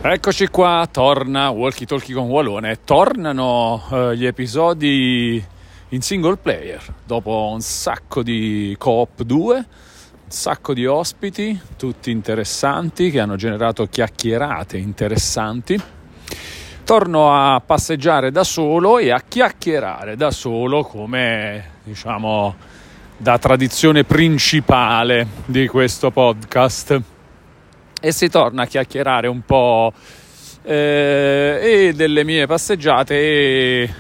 Eccoci qua, torna Walkie Talkie con Walone. Tornano gli episodi in single player dopo un sacco di co-op 2, un sacco di ospiti, tutti interessanti, che hanno generato chiacchierate interessanti. Torno a passeggiare da solo e a chiacchierare da solo, come diciamo da tradizione principale di questo podcast. E si torna a chiacchierare un po' e delle mie passeggiate e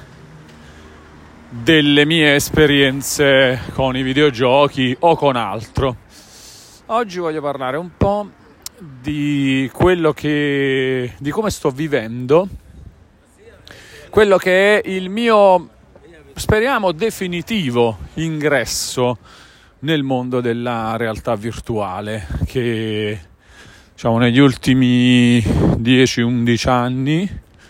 delle mie esperienze con i videogiochi o con altro. Oggi voglio parlare un po' di di come sto vivendo quello che è il mio, speriamo, definitivo ingresso nel mondo della realtà virtuale, che diciamo negli ultimi 10-11 anni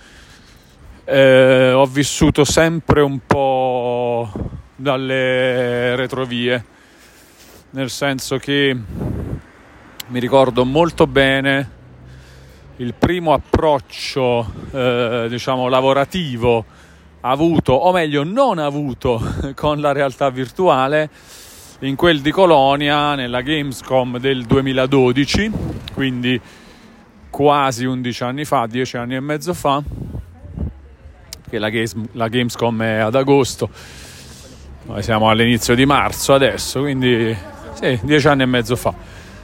ho vissuto sempre un po' dalle retrovie, nel senso che mi ricordo molto bene il primo approccio lavorativo avuto, o meglio non avuto, con la realtà virtuale in quel di Colonia, nella Gamescom del 2012, quindi quasi 11 anni fa, 10 anni e mezzo fa, che la Gamescom è ad agosto, noi siamo all'inizio di marzo adesso, quindi sì, 10 anni e mezzo fa,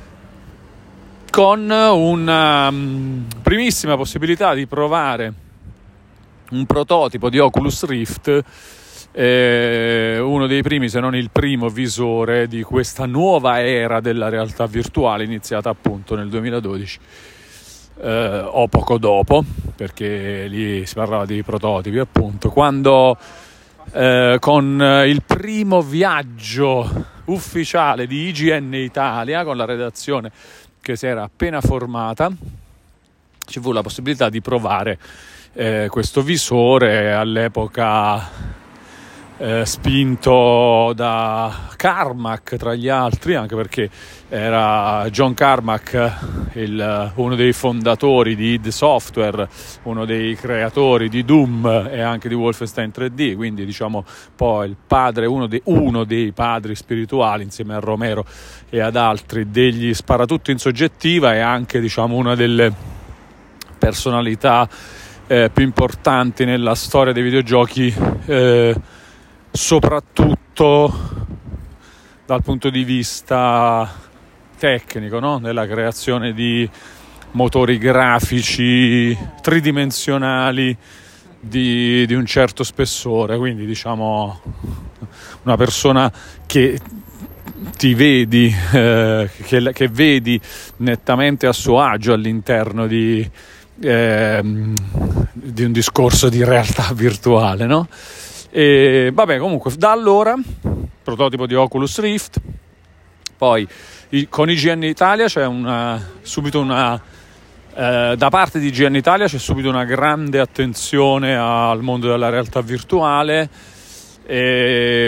con una primissima possibilità di provare un prototipo di Oculus Rift, uno dei primi, se non il primo visore di questa nuova era della realtà virtuale, iniziata appunto nel 2012 o poco dopo, perché lì si parlava di prototipi appunto, quando con il primo viaggio ufficiale di IGN Italia, con la redazione che si era appena formata, ci fu la possibilità di provare questo visore, all'epoca spinto da Carmack tra gli altri, anche perché era John Carmack uno dei fondatori di id Software, uno dei creatori di Doom e anche di Wolfenstein 3D, quindi diciamo poi il padre, uno dei padri spirituali, insieme a Romero e ad altri, degli sparatutto in soggettiva, e anche diciamo una delle personalità più importanti nella storia dei videogiochi, soprattutto dal punto di vista tecnico, no? Nella creazione di motori grafici tridimensionali di un certo spessore, quindi diciamo una persona che ti vedi, che vedi nettamente a suo agio all'interno di un discorso di realtà virtuale, no? E vabbè, comunque da allora prototipo di Oculus Rift, poi con IGN Italia c'è da parte di IGN Italia c'è subito una grande attenzione al mondo della realtà virtuale, che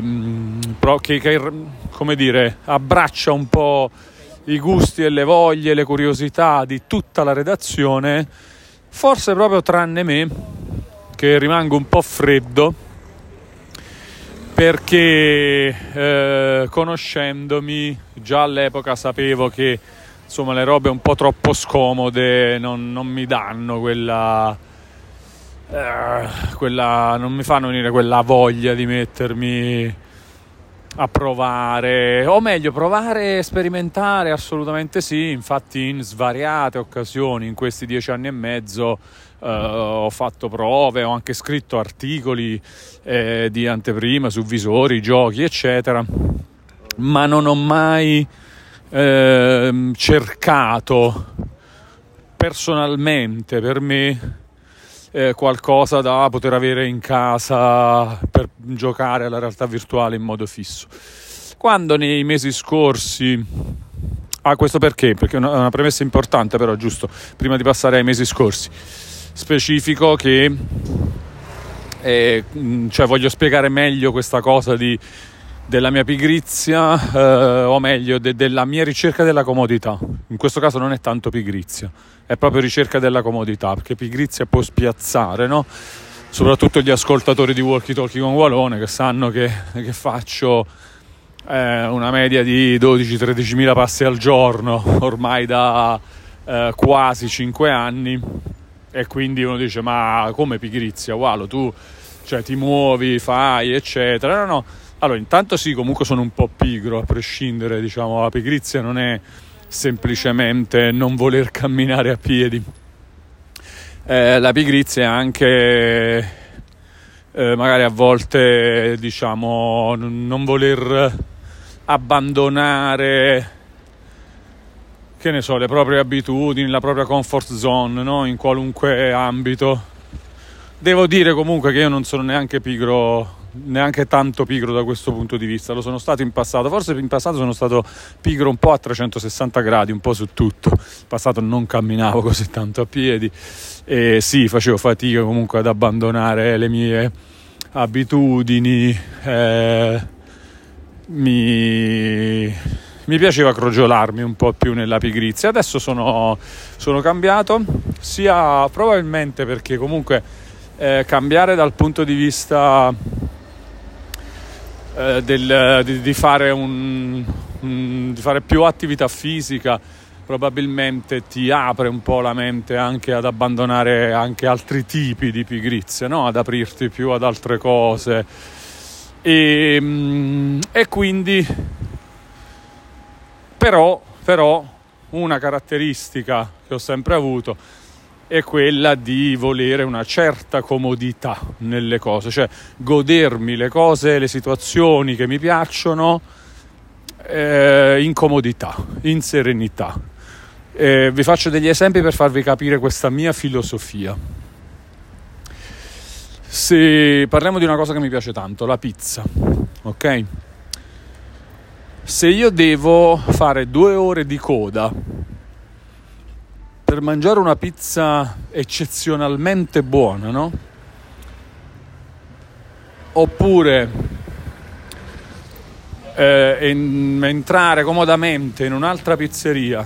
come dire, abbraccia un po' i gusti e le voglie, le curiosità di tutta la redazione, forse proprio tranne me, che rimango un po' freddo, perché conoscendomi già all'epoca sapevo che insomma le robe un po' troppo scomode non mi danno quella non mi fanno venire quella voglia di mettermi a provare, o meglio provare e sperimentare, assolutamente sì. Infatti in svariate occasioni in questi 10 anni e mezzo ho fatto prove, ho anche scritto articoli di anteprima su visori, giochi eccetera, ma non ho mai cercato personalmente per me qualcosa da poter avere in casa per giocare alla realtà virtuale in modo fisso. Quando nei mesi scorsi, questo perché è una premessa importante, però giusto prima di passare ai mesi scorsi, specifico che cioè voglio spiegare meglio questa cosa di della mia pigrizia, o meglio della mia ricerca della comodità. In questo caso non è tanto pigrizia, è proprio ricerca della comodità, perché pigrizia può spiazzare, no? Soprattutto gli ascoltatori di Walkie Talkie con Walone, che sanno che faccio una media di 12-13 mila passi al giorno ormai da quasi 5 anni, e quindi uno dice: ma come pigrizia? Walo, tu cioè ti muovi, fai eccetera. No. Allora, intanto sì, comunque sono un po' pigro, a prescindere, diciamo. La pigrizia non è semplicemente non voler camminare a piedi, la pigrizia è anche magari a volte, diciamo, non voler abbandonare, che ne so, le proprie abitudini, la propria comfort zone, no? In qualunque ambito. Devo dire comunque che io non sono neanche pigro, neanche tanto pigro da questo punto di vista. Lo sono stato in passato, forse in passato sono stato pigro un po' a 360 gradi, un po' su tutto. In passato non camminavo così tanto a piedi e sì, facevo fatica comunque ad abbandonare le mie abitudini, mi piaceva crogiolarmi un po' più nella pigrizia. Adesso sono cambiato, sia probabilmente perché comunque cambiare dal punto di vista di fare di fare più attività fisica probabilmente ti apre un po' la mente anche ad abbandonare anche altri tipi di pigrizia, no? Ad aprirti più ad altre cose e quindi però una caratteristica che ho sempre avuto è quella di volere una certa comodità nelle cose, cioè godermi le cose, le situazioni che mi piacciono in comodità, in serenità. Vi faccio degli esempi per farvi capire questa mia filosofia. Se parliamo di una cosa che mi piace tanto, la pizza, ok? Se io devo fare 2 ore di coda per mangiare una pizza eccezionalmente buona, no? Oppure entrare comodamente in un'altra pizzeria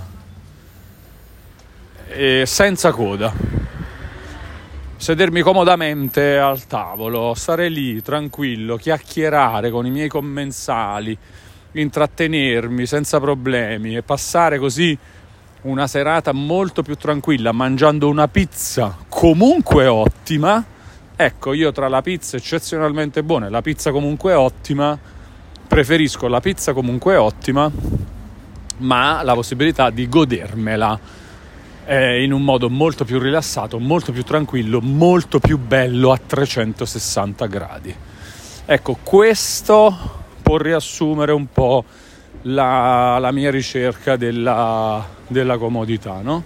senza coda, sedermi comodamente al tavolo, stare lì tranquillo, chiacchierare con i miei commensali, intrattenermi senza problemi e passare così una serata molto più tranquilla mangiando una pizza comunque ottima. Ecco, io tra la pizza eccezionalmente buona e la pizza comunque ottima preferisco la pizza comunque ottima, ma la possibilità di godermela in un modo molto più rilassato, molto più tranquillo, molto più bello a 360 gradi. Ecco, questo può riassumere un po' la mia ricerca della comodità, no?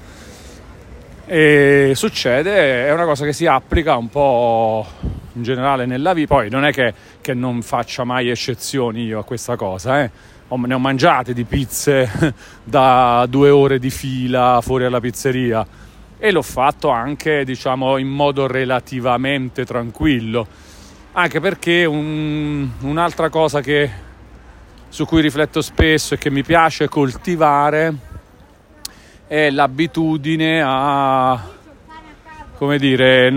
E succede, è una cosa che si applica un po' in generale nella vita. Poi non è che non faccia mai eccezioni io a questa cosa, ne ho mangiate di pizze da 2 ore di fila fuori alla pizzeria e l'ho fatto anche, diciamo, in modo relativamente tranquillo, anche perché un'altra cosa su cui rifletto spesso e che mi piace coltivare è l'abitudine a, come dire,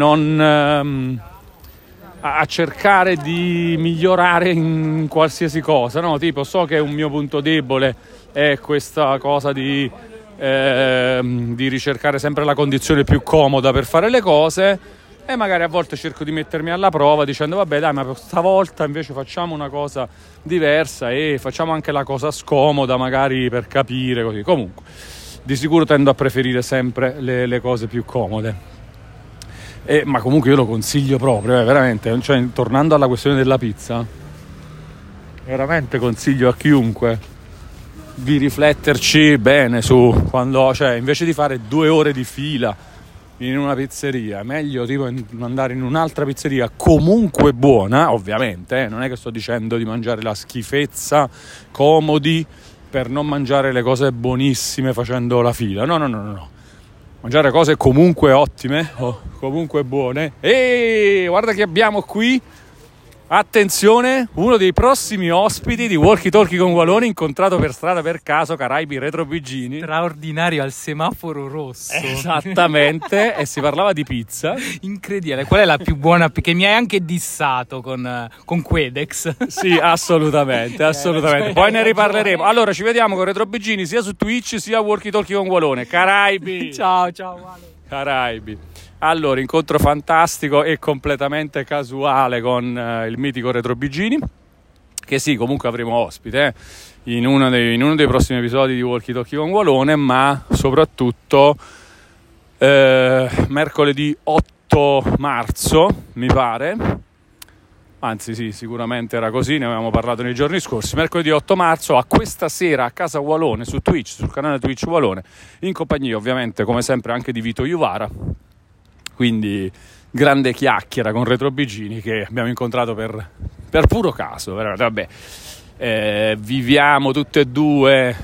a cercare di migliorare in qualsiasi cosa, no? Tipo, so che un mio punto debole è questa cosa di ricercare sempre la condizione più comoda per fare le cose, e magari a volte cerco di mettermi alla prova dicendo: vabbè dai, ma stavolta invece facciamo una cosa diversa e facciamo anche la cosa scomoda, magari per capire, così. Comunque di sicuro tendo a preferire sempre le cose più comode. Ma comunque io lo consiglio proprio, veramente. Cioè, tornando alla questione della pizza, veramente consiglio a chiunque di rifletterci bene su quando, cioè, invece di fare 2 ore di fila in una pizzeria, è meglio tipo andare in un'altra pizzeria comunque buona, ovviamente, non è che sto dicendo di mangiare la schifezza comodi per non mangiare le cose buonissime facendo la fila, no. Mangiare cose comunque ottime o comunque buone. E guarda che abbiamo qui Attenzione, uno dei prossimi ospiti di Walkie Talkie con Walone, incontrato per strada per caso, Caraibi Retro Bigini. Straordinario, al semaforo rosso. Esattamente, e si parlava di pizza. Incredibile, qual è la più buona? Perché mi hai anche dissato con Quedex. Sì, assolutamente. Poi ne riparleremo. Allora, ci vediamo con Retro Bigini sia su Twitch sia Walkie Talkie con Walone. Caraibi! Ciao Wale. Caraibi. Allora, incontro fantastico e completamente casuale con il mitico Retro Bigini, che sì, comunque avremo ospite in uno dei prossimi episodi di Walkie Talkie con Walone, ma soprattutto mercoledì 8 marzo, mi pare, anzi sì, sicuramente era così, ne avevamo parlato nei giorni scorsi, mercoledì 8 marzo a questa sera a casa Walone su Twitch, sul canale Twitch Walone, in compagnia ovviamente come sempre anche di Vito Juvara. Quindi grande chiacchiera con Retro Bigini che abbiamo incontrato per puro caso. Vabbè, viviamo tutte e due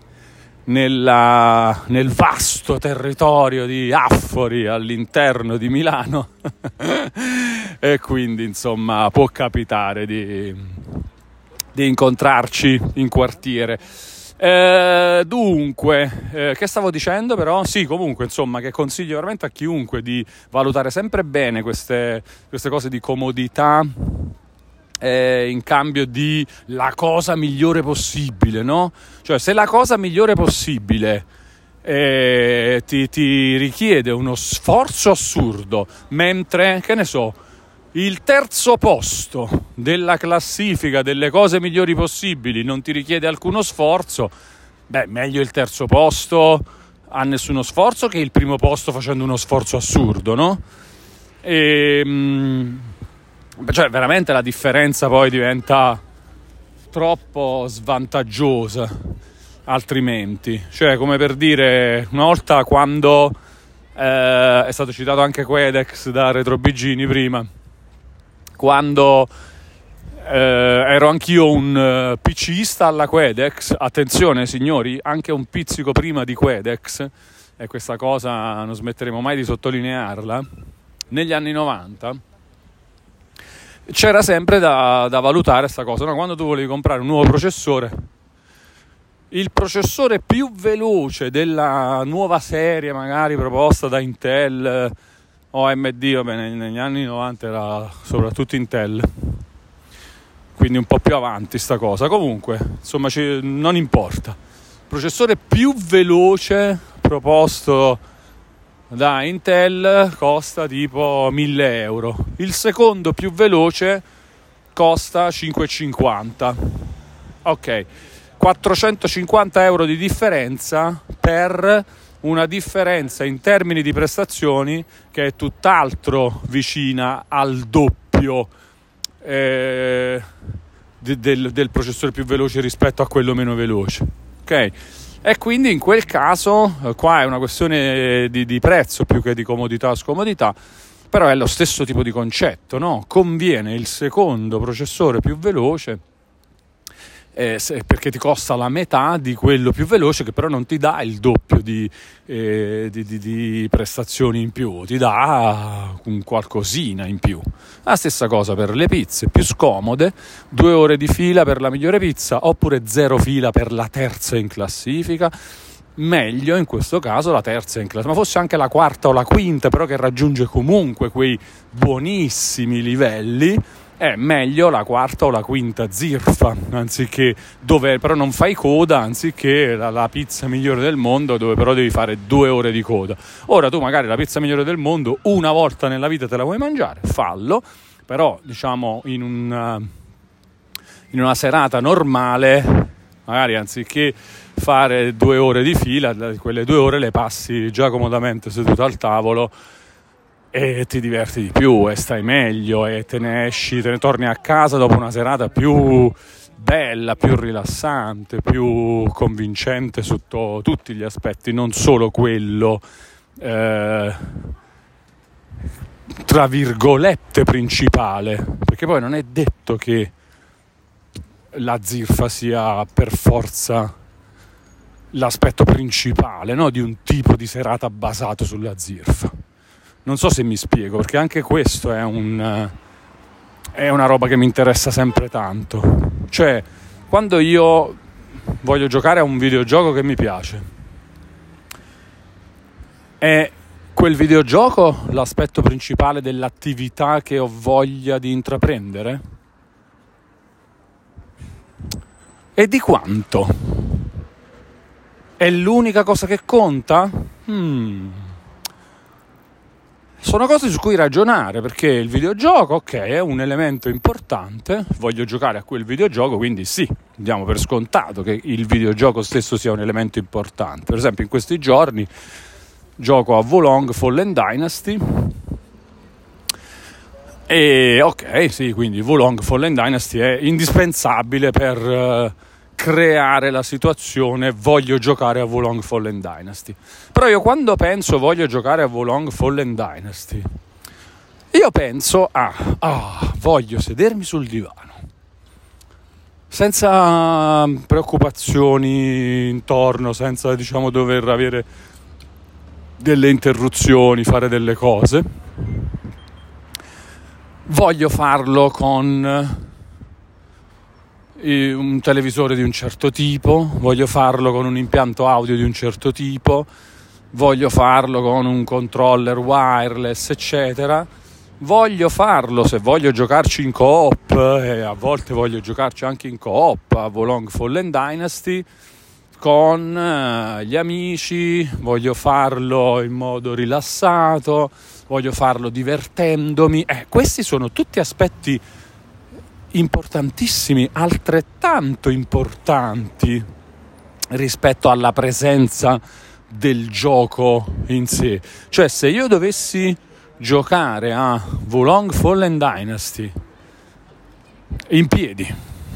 nel vasto territorio di Affori all'interno di Milano e quindi insomma può capitare di incontrarci in quartiere. Dunque, che stavo dicendo però? Sì, comunque insomma che consiglio veramente a chiunque di valutare sempre bene queste cose di comodità in cambio di la cosa migliore possibile, no? Cioè se la cosa migliore possibile ti richiede uno sforzo assurdo, mentre, che ne so, il terzo posto della classifica delle cose migliori possibili non ti richiede alcuno sforzo, beh, meglio il terzo posto a nessuno sforzo che il primo posto facendo uno sforzo assurdo, no? Cioè, veramente la differenza poi diventa troppo svantaggiosa altrimenti. Cioè, come per dire, una volta quando è stato citato anche Quedex da Retro Bigini prima, quando ero anch'io un PCista alla Quedex, attenzione signori, anche un pizzico prima di Quedex, e questa cosa non smetteremo mai di sottolinearla, negli anni 90 c'era sempre da valutare questa cosa, no? Quando tu volevi comprare un nuovo processore, il processore più veloce della nuova serie magari proposta da Intel o AMD, vabbè, negli anni 90 era soprattutto Intel, quindi un po' più avanti sta cosa. Comunque, insomma, non importa. Il processore più veloce proposto da Intel costa tipo 1.000 euro. Il secondo più veloce costa 5,50. Ok, 450 euro di differenza per una differenza in termini di prestazioni che è tutt'altro vicina al doppio del processore più veloce rispetto a quello meno veloce, ok? E quindi in quel caso qua è una questione di prezzo più che di comodità o scomodità, però è lo stesso tipo di concetto, no? Conviene il secondo processore più veloce perché ti costa la metà di quello più veloce, che però non ti dà il doppio di prestazioni in più, ti dà un qualcosina in più. La stessa cosa per le pizze, più scomode, 2 ore di fila per la migliore pizza oppure 0 fila per la terza in classifica. Meglio in questo caso la terza in classifica, ma fosse anche la quarta o la quinta, però che raggiunge comunque quei buonissimi livelli, è meglio la quarta o la quinta zirfa, anziché dove però non fai coda, anziché la pizza migliore del mondo dove però devi fare 2 ore di coda. Ora tu magari la pizza migliore del mondo una volta nella vita te la vuoi mangiare, fallo, però diciamo in una serata normale magari anziché fare 2 ore di fila, quelle 2 ore le passi già comodamente seduto al tavolo e ti diverti di più e stai meglio e te ne torni a casa dopo una serata più bella, più rilassante, più convincente sotto tutti gli aspetti, non solo quello tra virgolette principale, perché poi non è detto che la zirfa sia per forza l'aspetto principale, no, di un tipo di serata basato sulla zirfa. Non so se mi spiego, perché anche questo è è una roba che mi interessa sempre tanto. Cioè, quando io voglio giocare a un videogioco che mi piace, è quel videogioco l'aspetto principale dell'attività che ho voglia di intraprendere? E di quanto? È l'unica cosa che conta? Sono cose su cui ragionare, perché il videogioco, ok, è un elemento importante, voglio giocare a quel videogioco, quindi sì, diamo per scontato che il videogioco stesso sia un elemento importante. Per esempio in questi giorni gioco a Wolong Fallen Dynasty e ok, sì, quindi Wolong Fallen Dynasty è indispensabile per creare la situazione voglio giocare a Wolong Fallen Dynasty. Però io quando penso voglio giocare a Wolong Fallen Dynasty, io penso voglio sedermi sul divano senza preoccupazioni intorno, senza dover avere delle interruzioni, fare delle cose. Voglio farlo con un televisore di un certo tipo, voglio farlo con un impianto audio di un certo tipo, voglio farlo con un controller wireless, eccetera. Voglio farlo, se voglio giocarci in co-op, e a volte voglio giocarci anche in co-op a Wolong Fallen Dynasty, con gli amici, voglio farlo in modo rilassato, voglio farlo divertendomi. Questi sono tutti aspetti importantissimi, altrettanto importanti rispetto alla presenza del gioco in sé. Cioè, se io dovessi giocare a Wolong Fallen Dynasty in piedi,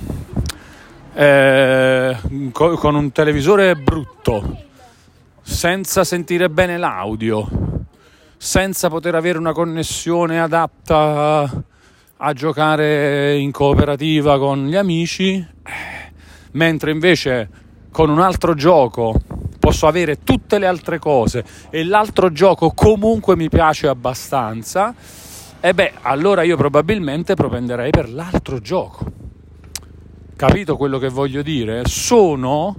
con un televisore brutto, senza sentire bene l'audio, senza poter avere una connessione adatta a giocare in cooperativa con gli amici, mentre invece con un altro gioco posso avere tutte le altre cose e l'altro gioco comunque mi piace abbastanza, allora io probabilmente propenderei per l'altro gioco. Capito quello che voglio dire? Sono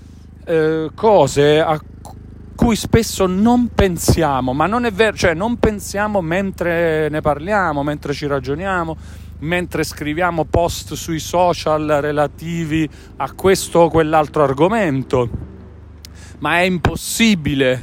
cose a cui spesso non pensiamo, ma non è vero, cioè non pensiamo mentre ne parliamo, mentre ci ragioniamo, mentre scriviamo post sui social relativi a questo o quell'altro argomento, ma è impossibile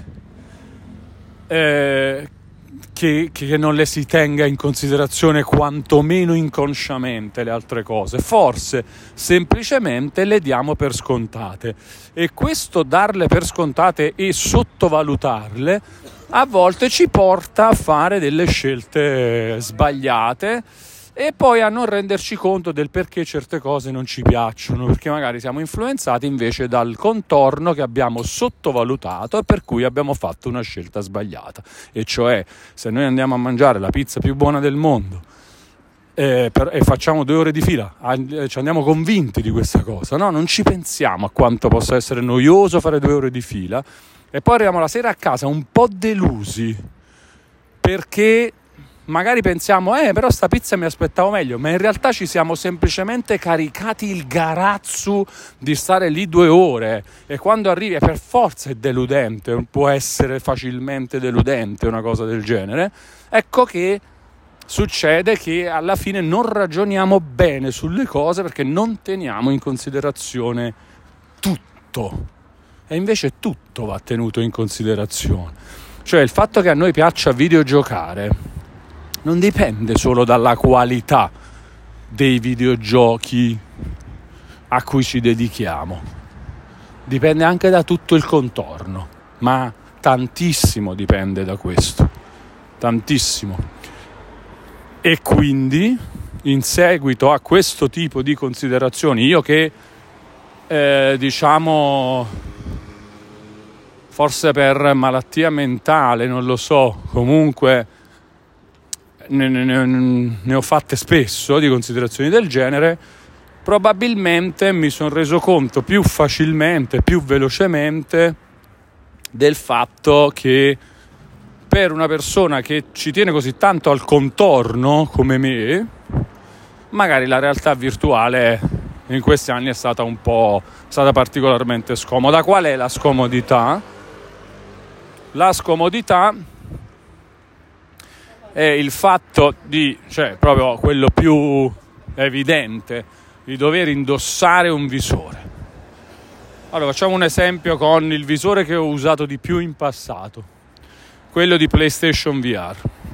che non le si tenga in considerazione quantomeno inconsciamente le altre cose. Forse semplicemente le diamo per scontate, e questo darle per scontate e sottovalutarle a volte ci porta a fare delle scelte sbagliate e poi a non renderci conto del perché certe cose non ci piacciono, perché magari siamo influenzati invece dal contorno che abbiamo sottovalutato e per cui abbiamo fatto una scelta sbagliata. E cioè, se noi andiamo a mangiare la pizza più buona del mondo e facciamo 2 ore di fila, ci andiamo convinti di questa cosa, no? Non ci pensiamo a quanto possa essere noioso fare 2 ore di fila, e poi arriviamo la sera a casa un po' delusi perché magari pensiamo però sta pizza mi aspettavo meglio, ma in realtà ci siamo semplicemente caricati il garazzu di stare lì 2 ore, e quando arrivi per forza è deludente, può essere facilmente deludente una cosa del genere. Ecco che succede che alla fine non ragioniamo bene sulle cose perché non teniamo in considerazione tutto, e invece tutto va tenuto in considerazione. Cioè, il fatto che a noi piaccia videogiocare non dipende solo dalla qualità dei videogiochi a cui ci dedichiamo, dipende anche da tutto il contorno, ma tantissimo dipende da questo, tantissimo. E quindi, in seguito a questo tipo di considerazioni, io che forse per malattia mentale, non lo so, comunque ne ho fatte spesso di considerazioni del genere, probabilmente mi sono reso conto più facilmente, più velocemente del fatto che per una persona che ci tiene così tanto al contorno come me, magari la realtà virtuale in questi anni è stata particolarmente scomoda. Qual è la scomodità? La scomodità è il fatto cioè proprio quello più evidente, di dover indossare un visore. Allora, facciamo un esempio con il visore che ho usato di più in passato, quello di PlayStation VR.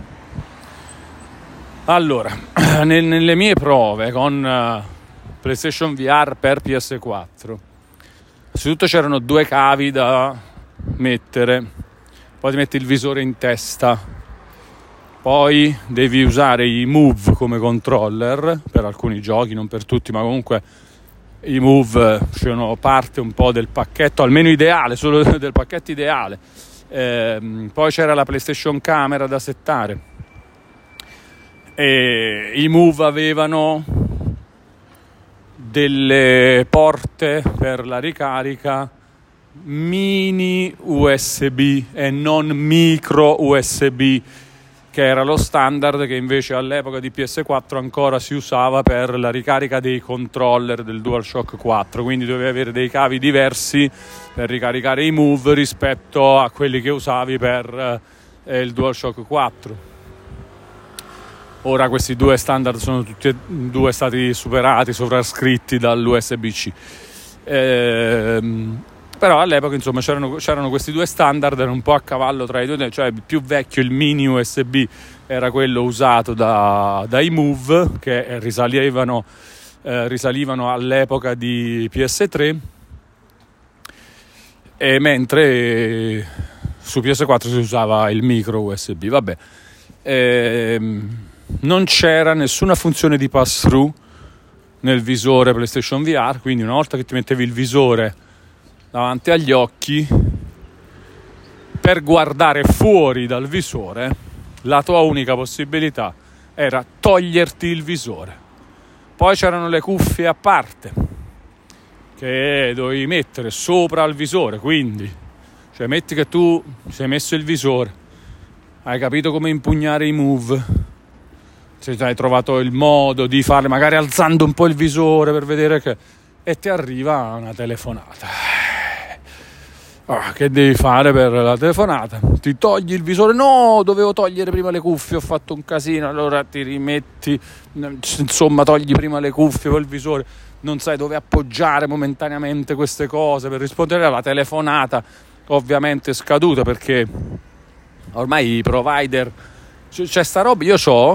Allora, nelle mie prove con PlayStation VR per PS4, innanzitutto c'erano 2 cavi da mettere, poi ti metti il visore in testa, poi devi usare i Move come controller per alcuni giochi, non per tutti, ma comunque i Move sono parte un po' del pacchetto, almeno ideale, solo del pacchetto ideale. Poi c'era la PlayStation Camera da settare, e i Move avevano delle porte per la ricarica mini USB e non micro USB, che era lo standard che invece all'epoca di PS4 ancora si usava per la ricarica dei controller del DualShock 4, quindi dovevi avere dei cavi diversi per ricaricare i Move rispetto a quelli che usavi per il DualShock 4. Ora questi 2 standard sono tutti e 2 stati superati, sovrascritti dall'USB-C. Però all'epoca insomma c'erano questi 2 standard, erano un po' a cavallo tra i due, cioè il più vecchio, il mini USB, era quello usato dai Move, che risalivano all'epoca di PS3, e mentre su PS4 si usava il micro USB. Vabbè, non c'era nessuna funzione di pass-through nel visore PlayStation VR, quindi una volta che ti mettevi il visore davanti agli occhi, per guardare fuori dal visore la tua unica possibilità era toglierti il visore. Poi c'erano le cuffie a parte che dovevi mettere sopra il visore, quindi cioè metti che tu ci hai messo il visore, hai capito come impugnare i Move, cioè, hai trovato il modo di farle magari alzando un po' il visore per vedere e ti arriva una telefonata. Che devi fare per la telefonata? Ti togli il visore? No, dovevo togliere prima le cuffie, ho fatto un casino. Allora ti rimetti, insomma, togli prima le cuffie, poi il visore. Non sai dove appoggiare momentaneamente queste cose per rispondere alla telefonata, ovviamente scaduta, perché ormai i provider, c'è sta roba. Io c'ho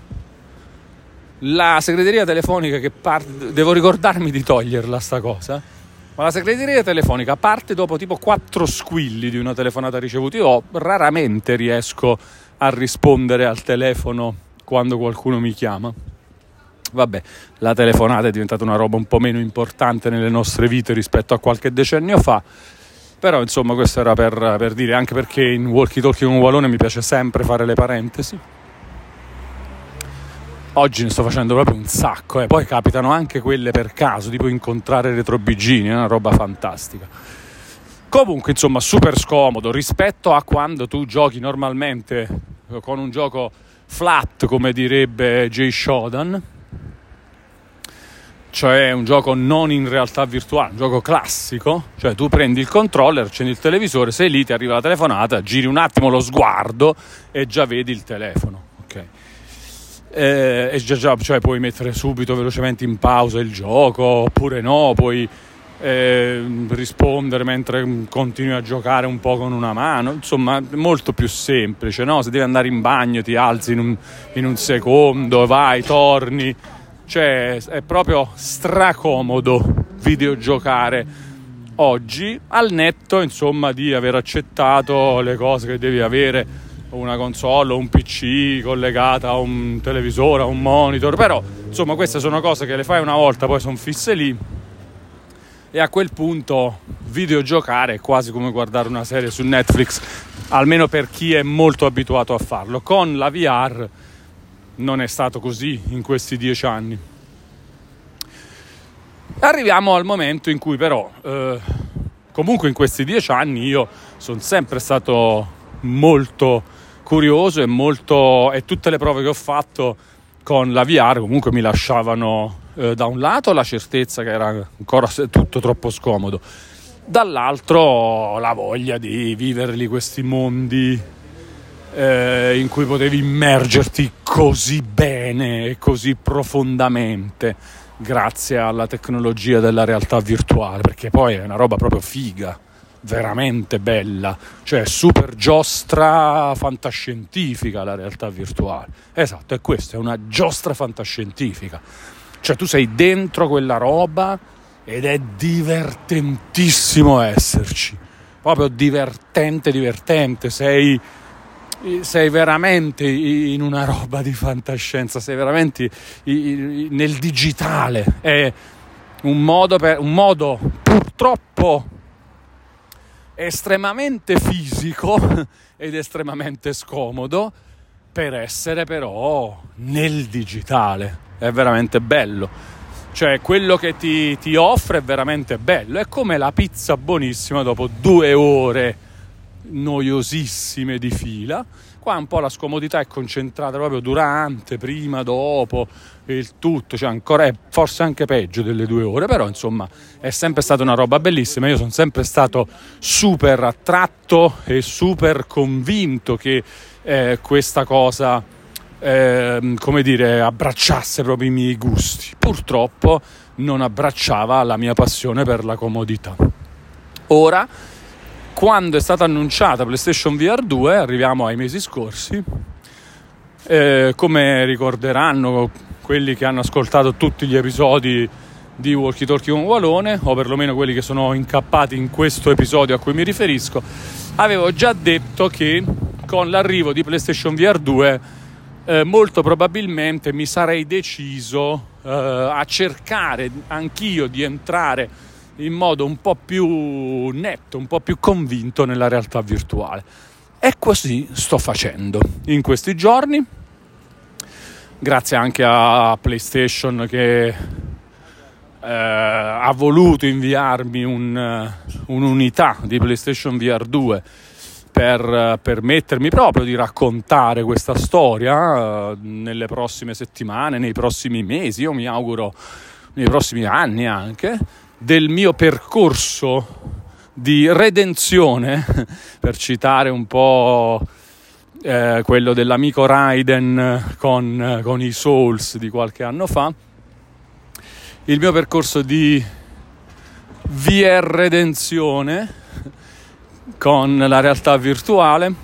la segreteria telefonica che devo ricordarmi di toglierla sta cosa. Ma la segreteria telefonica parte dopo tipo 4 squilli di una telefonata ricevuta. Io raramente riesco a rispondere al telefono quando qualcuno mi chiama. Vabbè, la telefonata è diventata una roba un po' meno importante nelle nostre vite rispetto a qualche decennio fa. Però insomma questo era per dire, anche perché in Walkie Talkie con Walone mi piace sempre fare le parentesi. Oggi ne sto facendo proprio un sacco, poi capitano anche quelle per caso, tipo incontrare retrobigini, è una roba fantastica. Comunque, insomma, super scomodo rispetto a quando tu giochi normalmente con un gioco flat, come direbbe Jay Shodan, cioè un gioco non in realtà virtuale, un gioco classico, cioè tu prendi il controller, accendi il televisore, sei lì, ti arriva la telefonata, giri un attimo lo sguardo e già vedi il telefono, ok? E già, cioè puoi mettere subito velocemente in pausa il gioco, oppure no, puoi rispondere mentre continui a giocare un po' con una mano, insomma molto più semplice, no? Se devi andare in bagno ti alzi in un secondo, vai, torni, cioè è proprio stracomodo videogiocare oggi, al netto insomma di aver accettato le cose che devi avere, una console o un PC collegata a un televisore, a un monitor, però insomma queste sono cose che le fai una volta, poi sono fisse lì, e a quel punto videogiocare è quasi come guardare una serie su Netflix, almeno per chi è molto abituato a farlo. Con la VR non è stato così in questi 10 anni. Arriviamo al momento in cui però comunque in questi 10 anni io sono sempre stato molto curioso e tutte le prove che ho fatto con la VR comunque mi lasciavano da un lato la certezza che era ancora tutto troppo scomodo, dall'altro la voglia di viverli questi mondi in cui potevi immergerti così bene e così profondamente grazie alla tecnologia della realtà virtuale, perché poi è una roba proprio figa, veramente bella, cioè super giostra fantascientifica la realtà virtuale. Esatto, è questo, è una giostra fantascientifica, cioè tu sei dentro quella roba ed è divertentissimo esserci, proprio divertente, sei veramente in una roba di fantascienza, sei veramente nel digitale. È un modo purtroppo estremamente fisico ed estremamente scomodo per essere però nel digitale. È veramente bello, cioè quello che ti offre è veramente bello. È come la pizza buonissima dopo 2 ore noiosissime di fila. Qua un po' la scomodità è concentrata proprio durante, prima, dopo il tutto, cioè ancora è forse anche peggio delle 2 ore, però insomma è sempre stata una roba bellissima. Io sono sempre stato super attratto e super convinto che questa cosa come dire, abbracciasse proprio i miei gusti. Purtroppo non abbracciava la mia passione per la comodità. Ora, quando è stata annunciata PlayStation VR 2, arriviamo ai mesi scorsi, come ricorderanno quelli che hanno ascoltato tutti gli episodi di Walkie Talkie con Walone, o perlomeno quelli che sono incappati in questo episodio a cui mi riferisco, avevo già detto che con l'arrivo di PlayStation VR 2 molto probabilmente mi sarei deciso a cercare anch'io di entrare in modo un po' più netto, un po' più convinto nella realtà virtuale. E così sto facendo in questi giorni, grazie anche a PlayStation che ha voluto inviarmi un'unità di PlayStation VR 2 per permettermi proprio di raccontare questa storia nelle prossime settimane, nei prossimi mesi, io mi auguro nei prossimi anni anche, del mio percorso di redenzione, per citare un po' quello dell'amico Raiden con i Souls di qualche anno fa, il mio percorso di VR redenzione con la realtà virtuale,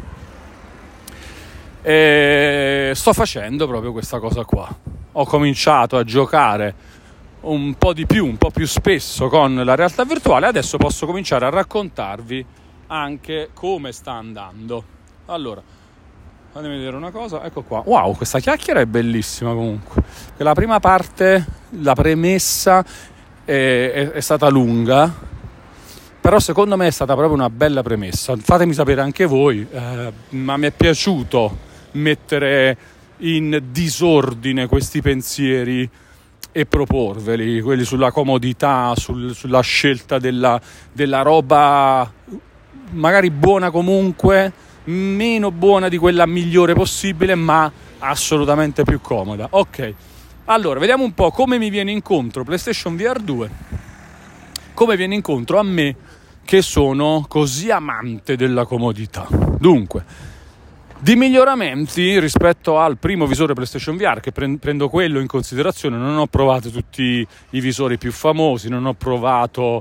e sto facendo proprio questa cosa qua. Ho cominciato a giocare un po' di più, un po' più spesso con la realtà virtuale. Adesso posso cominciare a raccontarvi anche come sta andando. Allora, fatemi vedere una cosa, ecco qua. Wow, questa chiacchiera è bellissima comunque. La prima parte, la premessa è stata lunga, però secondo me è stata proprio una bella premessa. Fatemi sapere anche voi, ma mi è piaciuto mettere in disordine questi pensieri e proporveli, quelli sulla comodità, sulla scelta della roba magari buona comunque, meno buona di quella migliore possibile, ma assolutamente più comoda. Ok, allora vediamo un po' come mi viene incontro PlayStation VR 2, come viene incontro a me che sono così amante della comodità. Dunque, di miglioramenti rispetto al primo visore PlayStation VR, che prendo quello in considerazione, non ho provato tutti i visori più famosi, non ho provato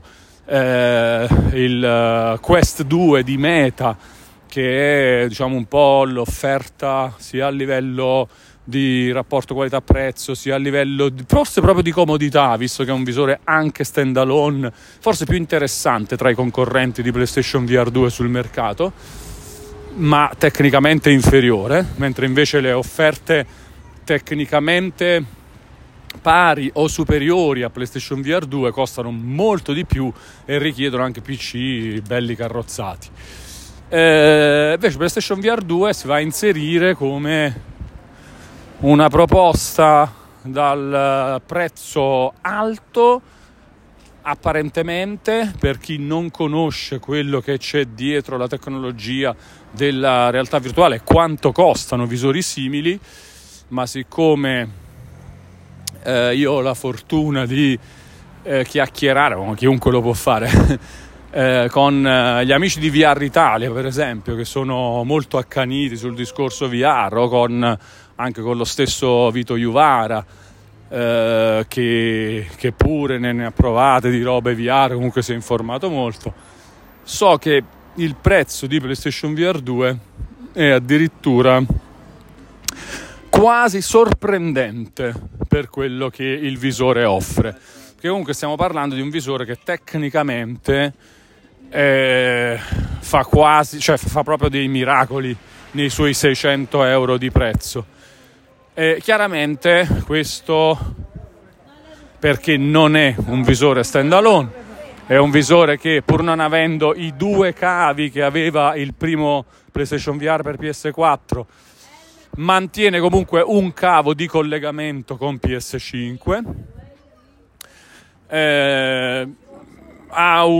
il Quest 2 di Meta, che è diciamo un po' l'offerta sia a livello di rapporto qualità-prezzo, sia a livello forse proprio di comodità, visto che è un visore anche standalone, forse più interessante tra i concorrenti di PlayStation VR 2 sul mercato, ma tecnicamente inferiore, mentre invece le offerte tecnicamente pari o superiori a PlayStation VR 2 costano molto di più e richiedono anche PC belli carrozzati. Invece PlayStation VR 2 si va a inserire come una proposta dal prezzo alto, apparentemente, per chi non conosce quello che c'è dietro la tecnologia della realtà virtuale, quanto costano visori simili, ma siccome io ho la fortuna di chiacchierare, come chiunque lo può fare, con gli amici di VR Italia, per esempio, che sono molto accaniti sul discorso VR, o anche con lo stesso Vito Juvara, che pure ne ha provate di robe VR, comunque si è informato molto. So che il prezzo di PlayStation VR 2 è addirittura quasi sorprendente per quello che il visore offre, perché comunque stiamo parlando di un visore che tecnicamente fa proprio dei miracoli nei suoi 600 euro di prezzo. Chiaramente questo perché non è un visore standalone, è un visore che, pur non avendo i 2 cavi che aveva il primo PlayStation VR per PS4, mantiene comunque un cavo di collegamento con PS5, ha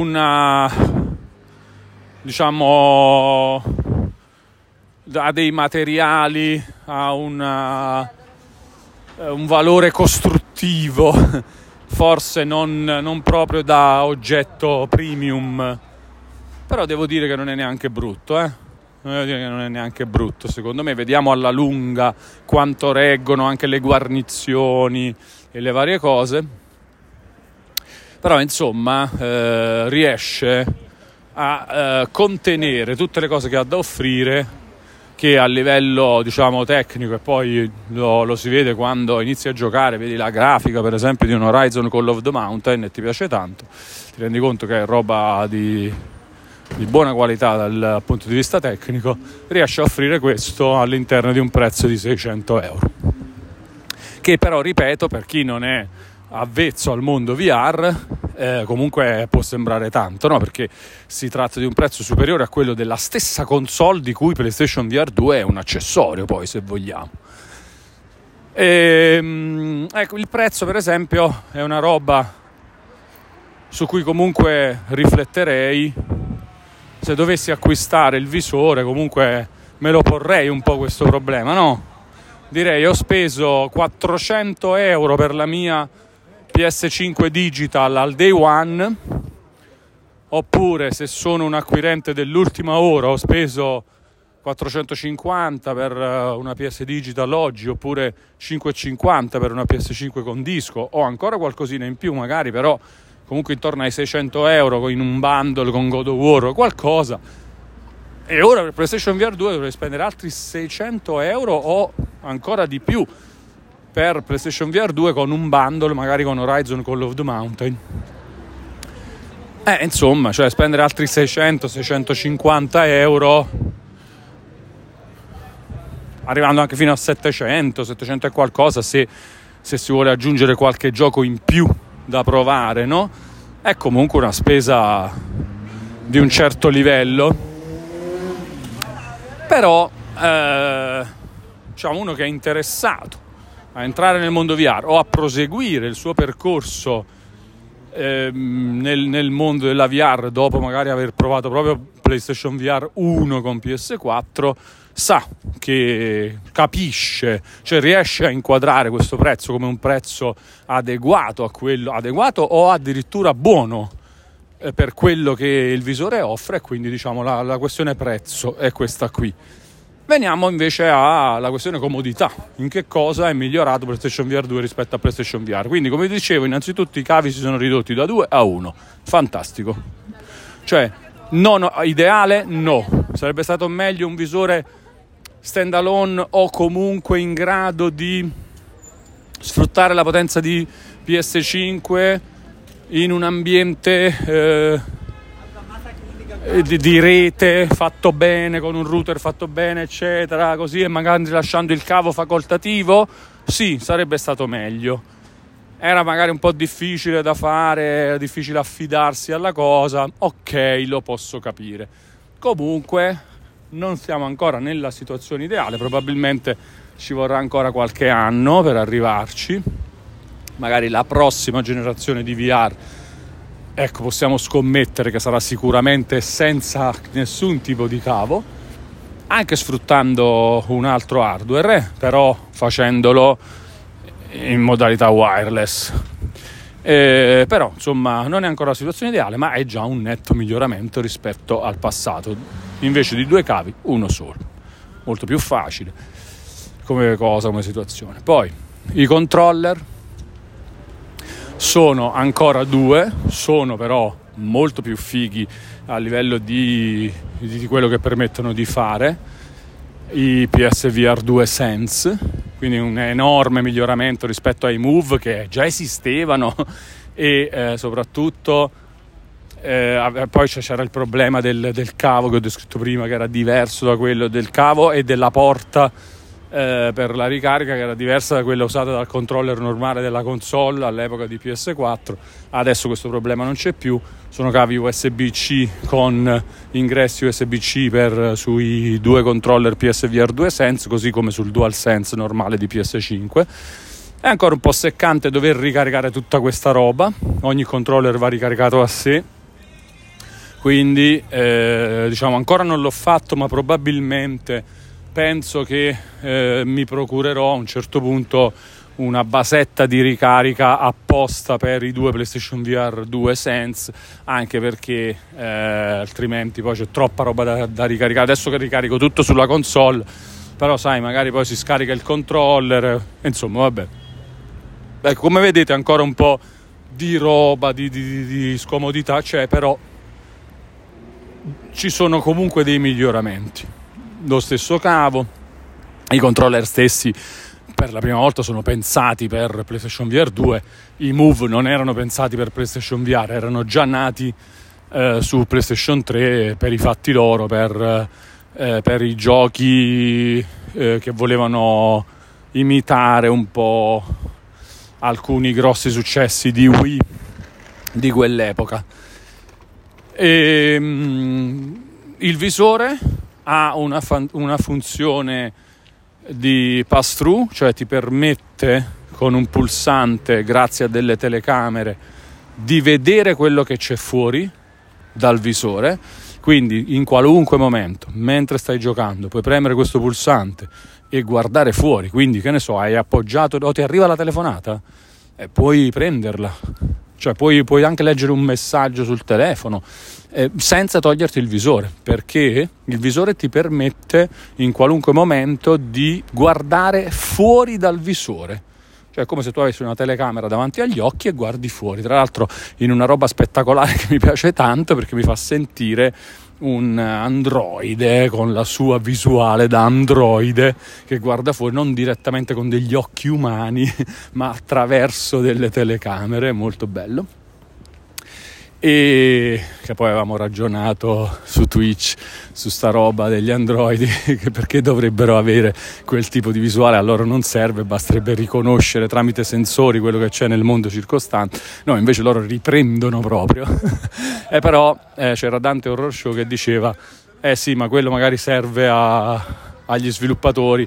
ha dei materiali, ha un valore costruttivo forse non proprio da oggetto premium, però devo dire che non è neanche brutto, secondo me. Vediamo alla lunga quanto reggono anche le guarnizioni e le varie cose, però insomma riesce a contenere tutte le cose che ha da offrire, che a livello tecnico, e poi lo si vede quando inizi a giocare, vedi la grafica per esempio di un Horizon Call of the Mountain e ti piace tanto, ti rendi conto che è roba di buona qualità dal punto di vista tecnico, riesce a offrire questo all'interno di un prezzo di 600 euro, che però, ripeto, per chi non è avvezzo al mondo VR, comunque può sembrare tanto, no? Perché si tratta di un prezzo superiore a quello della stessa console di cui PlayStation VR 2 è un accessorio, poi, se vogliamo. Ecco, il prezzo per esempio è una roba su cui comunque rifletterei. Se dovessi acquistare il visore, comunque me lo porrei un po' questo problema, no? Direi: ho speso 400 euro per la mia PS5 Digital al day one, oppure, se sono un acquirente dell'ultima ora, ho speso 450 per una PS Digital oggi, oppure 550 per una PS5 con disco, o ancora qualcosina in più magari, però comunque intorno ai 600 euro in un bundle con God of War o qualcosa. E ora per PlayStation VR 2 dovrei spendere altri 600 euro o ancora di più per PlayStation VR 2 con un bundle magari con Horizon Call of the Mountain. Insomma, cioè spendere altri 600-650 euro, arrivando anche fino a 700 e qualcosa se si vuole aggiungere qualche gioco in più da provare, no? È comunque una spesa di un certo livello, però uno che è interessato a entrare nel mondo VR o a proseguire il suo percorso nel mondo della VR, dopo magari aver provato proprio PlayStation VR 1 con PS4, sa, che capisce, cioè riesce a inquadrare questo prezzo come un prezzo adeguato o addirittura buono per quello che il visore offre. Quindi la questione prezzo è questa qui. Veniamo invece alla questione comodità. In che cosa è migliorato PlayStation VR 2 rispetto a PlayStation VR? Quindi, come dicevo, innanzitutto i cavi si sono ridotti da 2 a 1. Fantastico. Cioè, non ideale? No. Sarebbe stato meglio un visore standalone o comunque in grado di sfruttare la potenza di PS5 in un ambiente di rete fatto bene, con un router fatto bene, eccetera, così, e magari lasciando il cavo facoltativo? Sì, sarebbe stato meglio. Era magari un po' difficile da fare, difficile affidarsi alla cosa, ok, lo posso capire. Comunque non siamo ancora nella situazione ideale, probabilmente ci vorrà ancora qualche anno per arrivarci. Magari la prossima generazione di VR, ecco, possiamo scommettere che sarà sicuramente senza nessun tipo di cavo, anche sfruttando un altro hardware, però facendolo in modalità wireless. Però insomma non è ancora la situazione ideale, ma è già un netto miglioramento rispetto al passato. Invece di 2 cavi, uno solo, molto più facile come situazione. Poi i controller sono ancora 2, sono però molto più fighi a livello di quello che permettono di fare i PSVR 2 Sense, quindi un enorme miglioramento rispetto ai Move che già esistevano e soprattutto poi c'era il problema del cavo che ho descritto prima, che era diverso da quello del cavo e della porta per la ricarica, che era diversa da quella usata dal controller normale della console all'epoca di PS4. Adesso questo problema non c'è più, sono cavi USB-C con ingressi USB-C sui 2 controller PSVR 2 Sense, così come sul DualSense normale di PS5. È ancora un po' seccante dover ricaricare tutta questa roba, ogni controller va ricaricato a sé, quindi diciamo ancora non l'ho fatto, ma probabilmente penso che mi procurerò a un certo punto una basetta di ricarica apposta per i 2 PlayStation VR 2 Sense, anche perché altrimenti poi c'è troppa roba da ricaricare. Adesso che ricarico tutto sulla console, però sai, magari poi si scarica il controller, insomma vabbè. Ecco, come vedete ancora un po' di roba, di scomodità c'è, però ci sono comunque dei miglioramenti. Lo stesso cavo, i controller stessi per la prima volta sono pensati per PlayStation VR 2, i Move non erano pensati per PlayStation VR, erano già nati su PlayStation 3 per i fatti loro, per i giochi che volevano imitare un po' alcuni grossi successi di Wii di quell'epoca. Il visore ha una funzione di pass-through, cioè ti permette con un pulsante, grazie a delle telecamere, di vedere quello che c'è fuori dal visore. Quindi in qualunque momento, mentre stai giocando, puoi premere questo pulsante e guardare fuori. Quindi, che ne so, hai appoggiato o ti arriva la telefonata e puoi prenderla, cioè puoi anche leggere un messaggio sul telefono senza toglierti il visore, perché il visore ti permette in qualunque momento di guardare fuori dal visore, cioè come se tu avessi una telecamera davanti agli occhi e guardi fuori. Tra l'altro in una roba spettacolare che mi piace tanto, perché mi fa sentire un androide con la sua visuale da androide che guarda fuori, non direttamente con degli occhi umani ma attraverso delle telecamere. Molto bello. E che poi avevamo ragionato su Twitch su sta roba degli androidi, che perché dovrebbero avere quel tipo di visuale, a loro non serve, basterebbe riconoscere tramite sensori quello che c'è nel mondo circostante. No, invece loro riprendono proprio. E però c'era Dante Horror Show che diceva sì, ma quello magari serve agli sviluppatori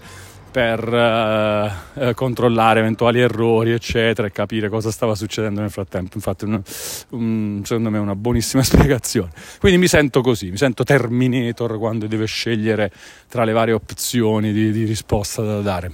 per controllare eventuali errori eccetera e capire cosa stava succedendo nel frattempo. Infatti secondo me è una buonissima spiegazione. Quindi mi sento così, mi sento Terminator quando deve scegliere tra le varie opzioni di risposta da dare.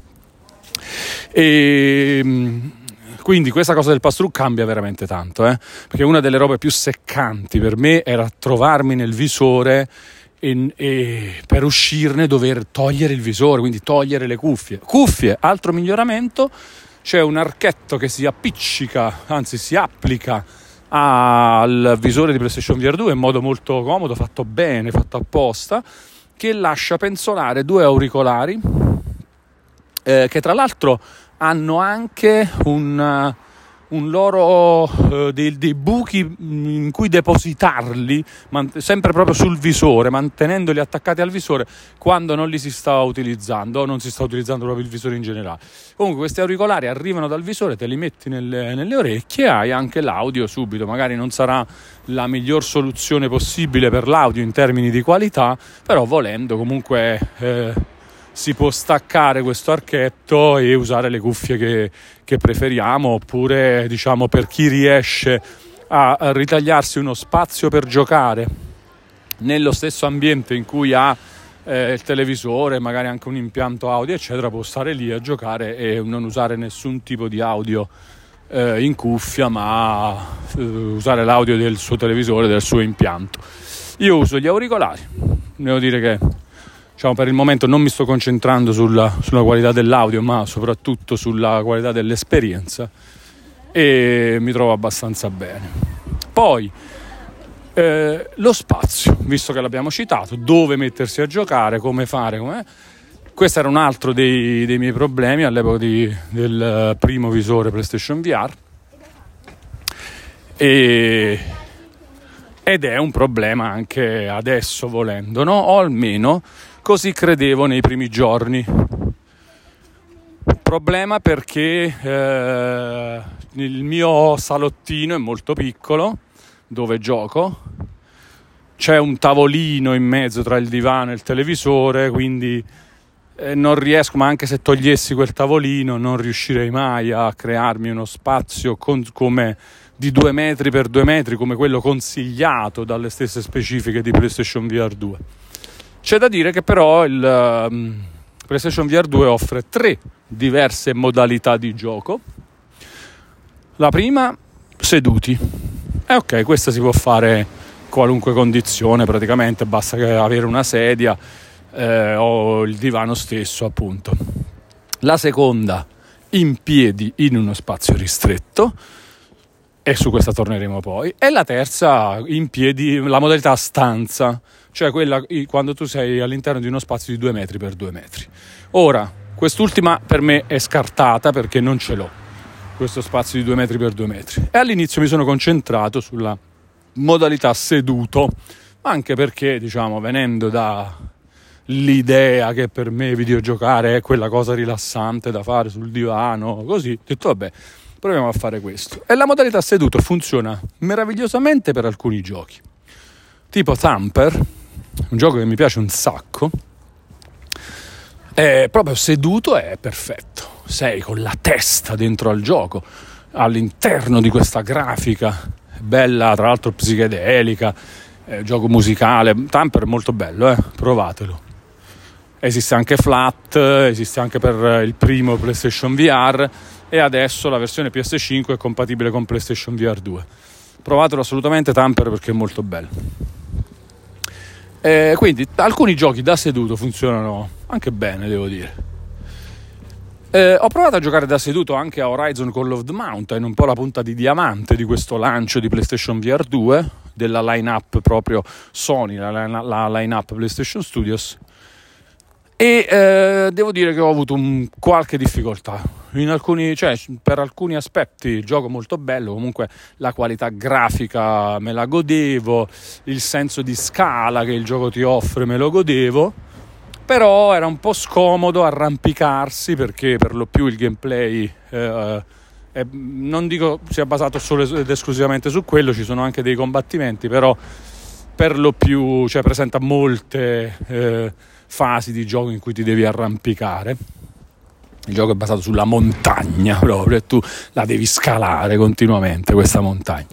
E quindi questa cosa del pass-through cambia veramente tanto, perché una delle robe più seccanti per me era trovarmi nel visore e per uscirne dover togliere il visore, quindi togliere le cuffie. Altro miglioramento: c'è un archetto che si appiccica, anzi si applica al visore di PlayStation VR 2 in modo molto comodo, fatto bene, fatto apposta, che lascia penzolare 2 auricolari che tra l'altro hanno anche un loro dei buchi in cui depositarli, sempre proprio sul visore, mantenendoli attaccati al visore quando non li si sta utilizzando o non si sta utilizzando proprio il visore in generale. Comunque questi auricolari arrivano dal visore, te li metti nelle orecchie e hai anche l'audio subito. Magari non sarà la miglior soluzione possibile per l'audio in termini di qualità, però volendo comunque si può staccare questo archetto e usare le cuffie che preferiamo, oppure diciamo per chi riesce a ritagliarsi uno spazio per giocare nello stesso ambiente in cui ha il televisore, magari anche un impianto audio eccetera, può stare lì a giocare e non usare nessun tipo di audio in cuffia, ma usare l'audio del suo televisore, del suo impianto. Io uso gli auricolari, devo dire che per il momento non mi sto concentrando sulla qualità dell'audio, ma soprattutto sulla qualità dell'esperienza, e mi trovo abbastanza bene. Poi lo spazio, visto che l'abbiamo citato, dove mettersi a giocare, come fare, questo era un altro dei miei problemi all'epoca del primo visore PlayStation VR, ed è un problema anche adesso, volendo, no? O almeno così credevo nei primi giorni. Problema perché il mio salottino è molto piccolo dove gioco, c'è un tavolino in mezzo tra il divano e il televisore, quindi non riesco, ma anche se togliessi quel tavolino non riuscirei mai a crearmi uno spazio come di 2 metri per 2 metri, come quello consigliato dalle stesse specifiche di PlayStation VR 2. C'è da dire che però il PlayStation VR 2 offre 3 diverse modalità di gioco. La prima, seduti. Ok, questa si può fare in qualunque condizione praticamente, basta che avere una sedia o il divano stesso, appunto. La seconda, in piedi in uno spazio ristretto, e su questa torneremo poi. E la terza, in piedi, la modalità stanza, cioè quella quando tu sei all'interno di uno spazio di 2 metri per 2 metri. Ora, quest'ultima per me è scartata perché non ce l'ho, questo spazio di 2 metri per 2 metri. E all'inizio mi sono concentrato sulla modalità seduto, anche perché, venendo dall'idea che per me videogiocare è quella cosa rilassante da fare sul divano, così, ho detto vabbè, proviamo a fare questo. E la modalità seduto funziona meravigliosamente per alcuni giochi, tipo Thumper, un gioco che mi piace un sacco. Proprio seduto è perfetto, sei con la testa dentro al gioco, all'interno di questa grafica bella, tra l'altro psichedelica, gioco musicale. Thumper è molto bello, provatelo. Esiste anche Flat, esiste anche per il primo PlayStation VR, e adesso la versione PS5 è compatibile con PlayStation VR 2. Provatelo assolutamente, Thumper, perché è molto bello. Quindi alcuni giochi da seduto funzionano anche bene, devo dire. Ho provato a giocare da seduto anche a Horizon Call of the Mountain, un po' la punta di diamante di questo lancio di PlayStation VR 2, della line-up proprio Sony, la line-up PlayStation Studios. E devo dire che ho avuto qualche difficoltà per alcuni aspetti. Il gioco è molto bello, comunque la qualità grafica me la godevo, il senso di scala che il gioco ti offre me lo godevo, però era un po' scomodo arrampicarsi, perché per lo più il gameplay non dico sia basato solo ed esclusivamente su quello, ci sono anche dei combattimenti, però per lo più presenta molte fasi di gioco in cui ti devi arrampicare. Il gioco è basato sulla montagna proprio, e tu la devi scalare continuamente, questa montagna.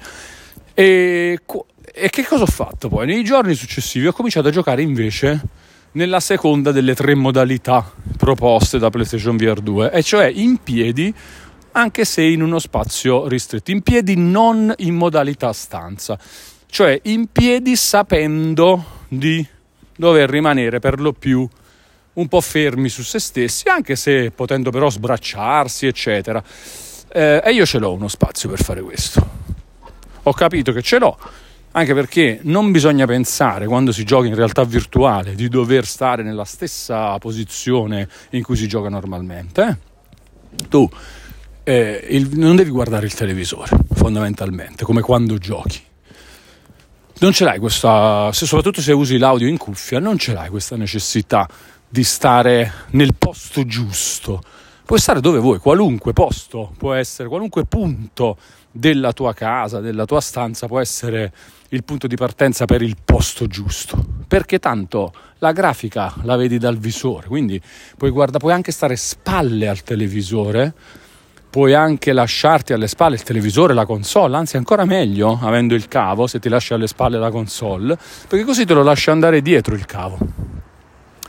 E che cosa ho fatto poi? Nei giorni successivi ho cominciato a giocare invece nella seconda delle 3 modalità proposte da PlayStation VR 2, e cioè in piedi, anche se in uno spazio ristretto. In piedi non in modalità stanza, cioè in piedi sapendo di dover rimanere per lo più un po' fermi su se stessi, anche se potendo però sbracciarsi, eccetera. E io ce l'ho uno spazio per fare questo. Ho capito che ce l'ho, anche perché non bisogna pensare, quando si gioca in realtà virtuale, di dover stare nella stessa posizione in cui si gioca normalmente. Tu non devi guardare il televisore, fondamentalmente, come quando giochi. Non ce l'hai questa, soprattutto se usi l'audio in cuffia, non ce l'hai questa necessità di stare nel posto giusto. Puoi stare dove vuoi, qualunque posto può essere, qualunque punto della tua casa, della tua stanza può essere il punto di partenza per il posto giusto, perché tanto la grafica la vedi dal visore, quindi puoi anche stare spalle al televisore, puoi anche lasciarti alle spalle il televisore, la console, anzi ancora meglio avendo il cavo, se ti lasci alle spalle la console, perché così te lo lasci andare dietro il cavo.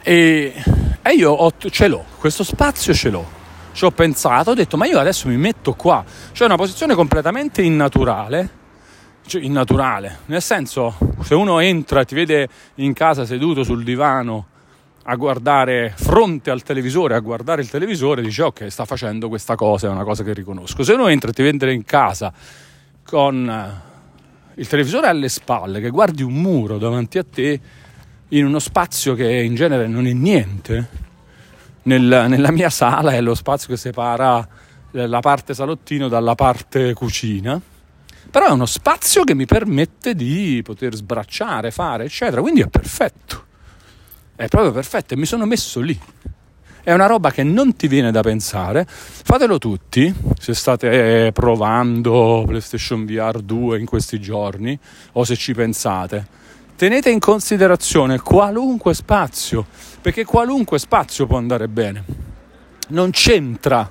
E io ce l'ho, questo spazio ce l'ho. Ci ho pensato, ho detto, ma io adesso mi metto qua. Cioè una posizione completamente innaturale. Cioè, innaturale, nel senso, se uno entra e ti vede in casa seduto sul divano a guardare fronte al televisore, a guardare il televisore, dice ok, sta facendo questa cosa, è una cosa che riconosco. Se uno entra e ti vede in casa con il televisore alle spalle, che guardi un muro davanti a te in uno spazio che in genere non è niente, nella mia sala è lo spazio che separa la parte salottino dalla parte cucina, però è uno spazio che mi permette di poter sbracciare, fare eccetera, quindi è perfetto, è proprio perfetto, e mi sono messo lì. È una roba che non ti viene da pensare. Fatelo tutti se state provando PlayStation VR 2 in questi giorni, o se ci pensate. Tenete in considerazione qualunque spazio, perché qualunque spazio può andare bene. Non c'entra,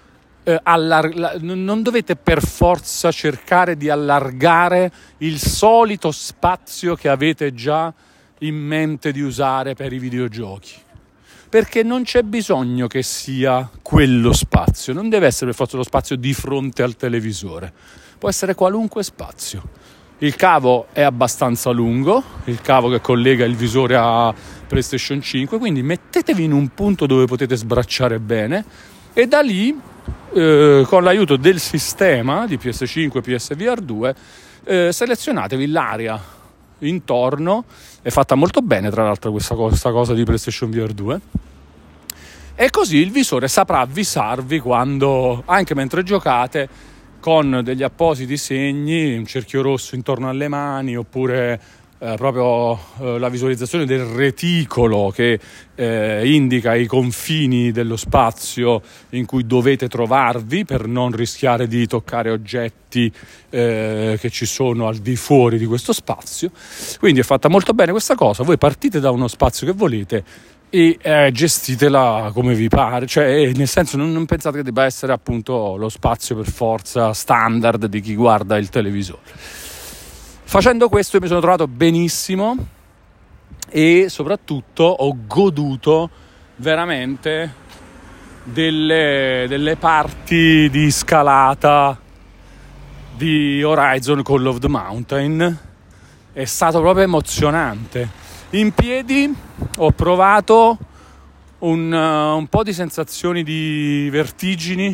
non dovete per forza cercare di allargare il solito spazio che avete già in mente di usare per i videogiochi, perché non c'è bisogno che sia quello spazio, non deve essere per forza lo spazio di fronte al televisore, può essere qualunque spazio. Il cavo è abbastanza lungo, il cavo che collega il visore a PlayStation 5, quindi mettetevi in un punto dove potete sbracciare bene, e da lì con l'aiuto del sistema di PS5 e PSVR 2 selezionatevi l'area intorno. È fatta molto bene tra l'altro questa cosa di PlayStation VR 2, e così il visore saprà avvisarvi quando, anche mentre giocate, con degli appositi segni, un cerchio rosso intorno alle mani, oppure proprio la visualizzazione del reticolo che indica i confini dello spazio in cui dovete trovarvi per non rischiare di toccare oggetti che ci sono al di fuori di questo spazio. Quindi è fatta molto bene questa cosa. Voi partite da uno spazio che volete e gestitela come vi pare, cioè nel senso non pensate che debba essere appunto lo spazio per forza standard di chi guarda il televisore. Facendo questo io mi sono trovato benissimo, e soprattutto ho goduto veramente delle parti di scalata di Horizon Call of the Mountain. È stato proprio emozionante. In piedi ho provato un po' di sensazioni di vertigini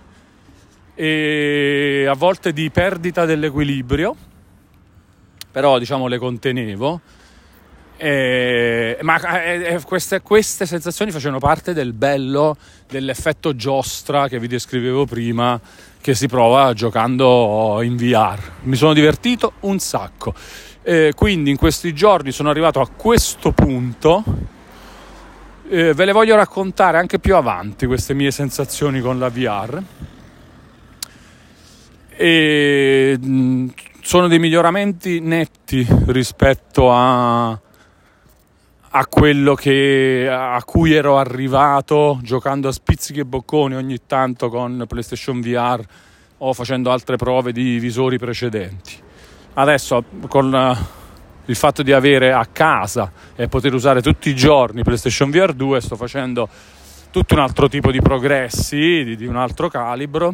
e a volte di perdita dell'equilibrio, però diciamo le contenevo, ma queste sensazioni facevano parte del bello dell'effetto giostra che vi descrivevo prima, che si prova giocando in VR. Mi sono divertito un sacco. Quindi in questi giorni sono arrivato a questo punto, ve le voglio raccontare anche più avanti queste mie sensazioni con la VR, e sono dei miglioramenti netti rispetto a quello a cui ero arrivato giocando a spizzichi e bocconi ogni tanto con PlayStation VR o facendo altre prove di visori precedenti. Adesso con il fatto di avere a casa e poter usare tutti i giorni PlayStation VR 2 sto facendo tutto un altro tipo di progressi di un altro calibro,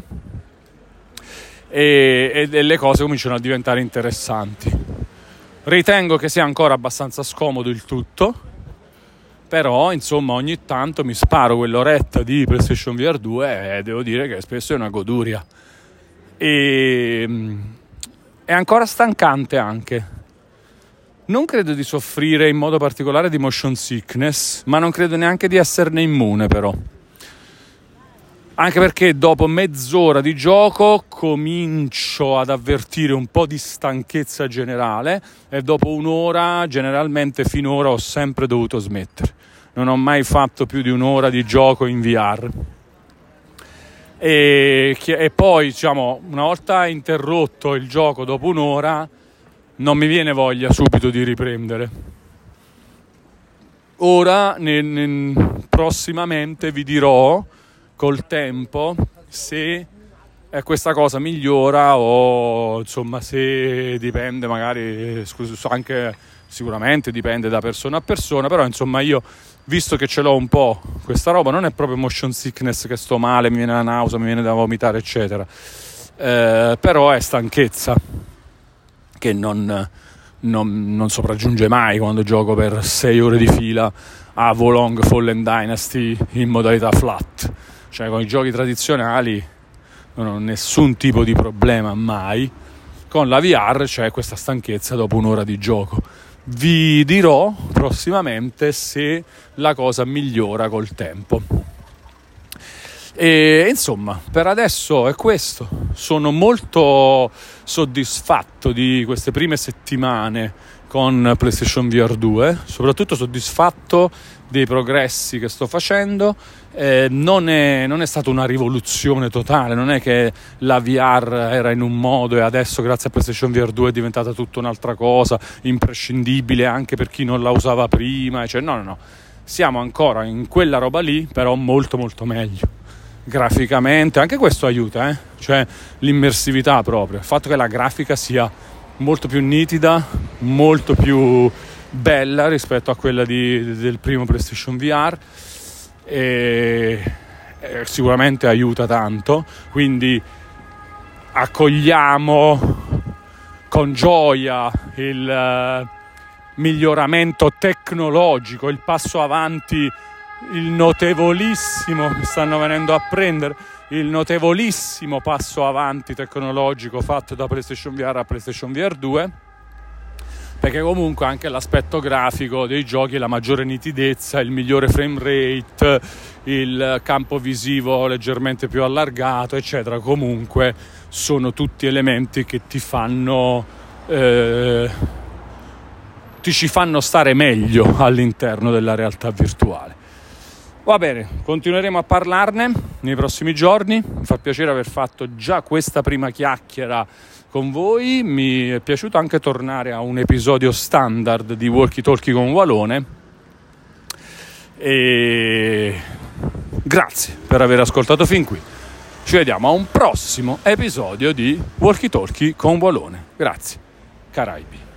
e le cose cominciano a diventare interessanti. Ritengo che sia ancora abbastanza scomodo il tutto, però insomma ogni tanto mi sparo quell'oretta di PlayStation VR 2 e devo dire che spesso è una goduria. È ancora stancante anche. Non credo di soffrire in modo particolare di motion sickness, ma non credo neanche di esserne immune però. Anche perché dopo mezz'ora di gioco comincio ad avvertire un po' di stanchezza generale, e dopo un'ora, generalmente finora, ho sempre dovuto smettere. Non ho mai fatto più di un'ora di gioco in VR. E poi, diciamo, una volta interrotto il gioco dopo un'ora, non mi viene voglia subito di riprendere. Ora, prossimamente vi dirò col tempo se questa cosa migliora, o insomma se dipende, magari anche sicuramente dipende da persona a persona, però insomma io visto che ce l'ho un po' questa roba, non è proprio motion sickness che sto male, mi viene la nausea, mi viene da vomitare eccetera, però è stanchezza che non sopraggiunge mai quando gioco per 6 ore di fila a Wolong Fallen Dynasty in modalità flat. Cioè con i giochi tradizionali non ho nessun tipo di problema mai. Con la VR c'è questa stanchezza dopo un'ora di gioco. Vi dirò prossimamente se la cosa migliora col tempo. E insomma, per adesso è questo. Sono molto soddisfatto di queste prime settimane con PlayStation VR 2, soprattutto soddisfatto dei progressi che sto facendo. Non è stata una rivoluzione totale, non è che la VR era in un modo e adesso grazie a PlayStation VR 2 è diventata tutta un'altra cosa, imprescindibile anche per chi non la usava prima, cioè no, siamo ancora in quella roba lì, però molto molto meglio graficamente. Anche questo aiuta, cioè l'immersività proprio, il fatto che la grafica sia molto più nitida, molto più bella rispetto a quella del primo PlayStation VR, e sicuramente aiuta tanto. Quindi accogliamo con gioia il miglioramento tecnologico, il passo avanti, il notevolissimo, mi stanno venendo a prendere, il notevolissimo passo avanti tecnologico fatto da PlayStation VR a PlayStation VR 2, perché comunque anche l'aspetto grafico dei giochi, la maggiore nitidezza, il migliore frame rate, il campo visivo leggermente più allargato eccetera, comunque sono tutti elementi che ti ci fanno stare meglio all'interno della realtà virtuale. Va bene, continueremo a parlarne nei prossimi giorni. Mi fa piacere aver fatto già questa prima chiacchiera con voi. Mi è piaciuto anche tornare a un episodio standard di Walkie Talkie con Walone. E grazie per aver ascoltato fin qui. Ci vediamo a un prossimo episodio di Walkie Talkie con Walone. Grazie. Caraibi.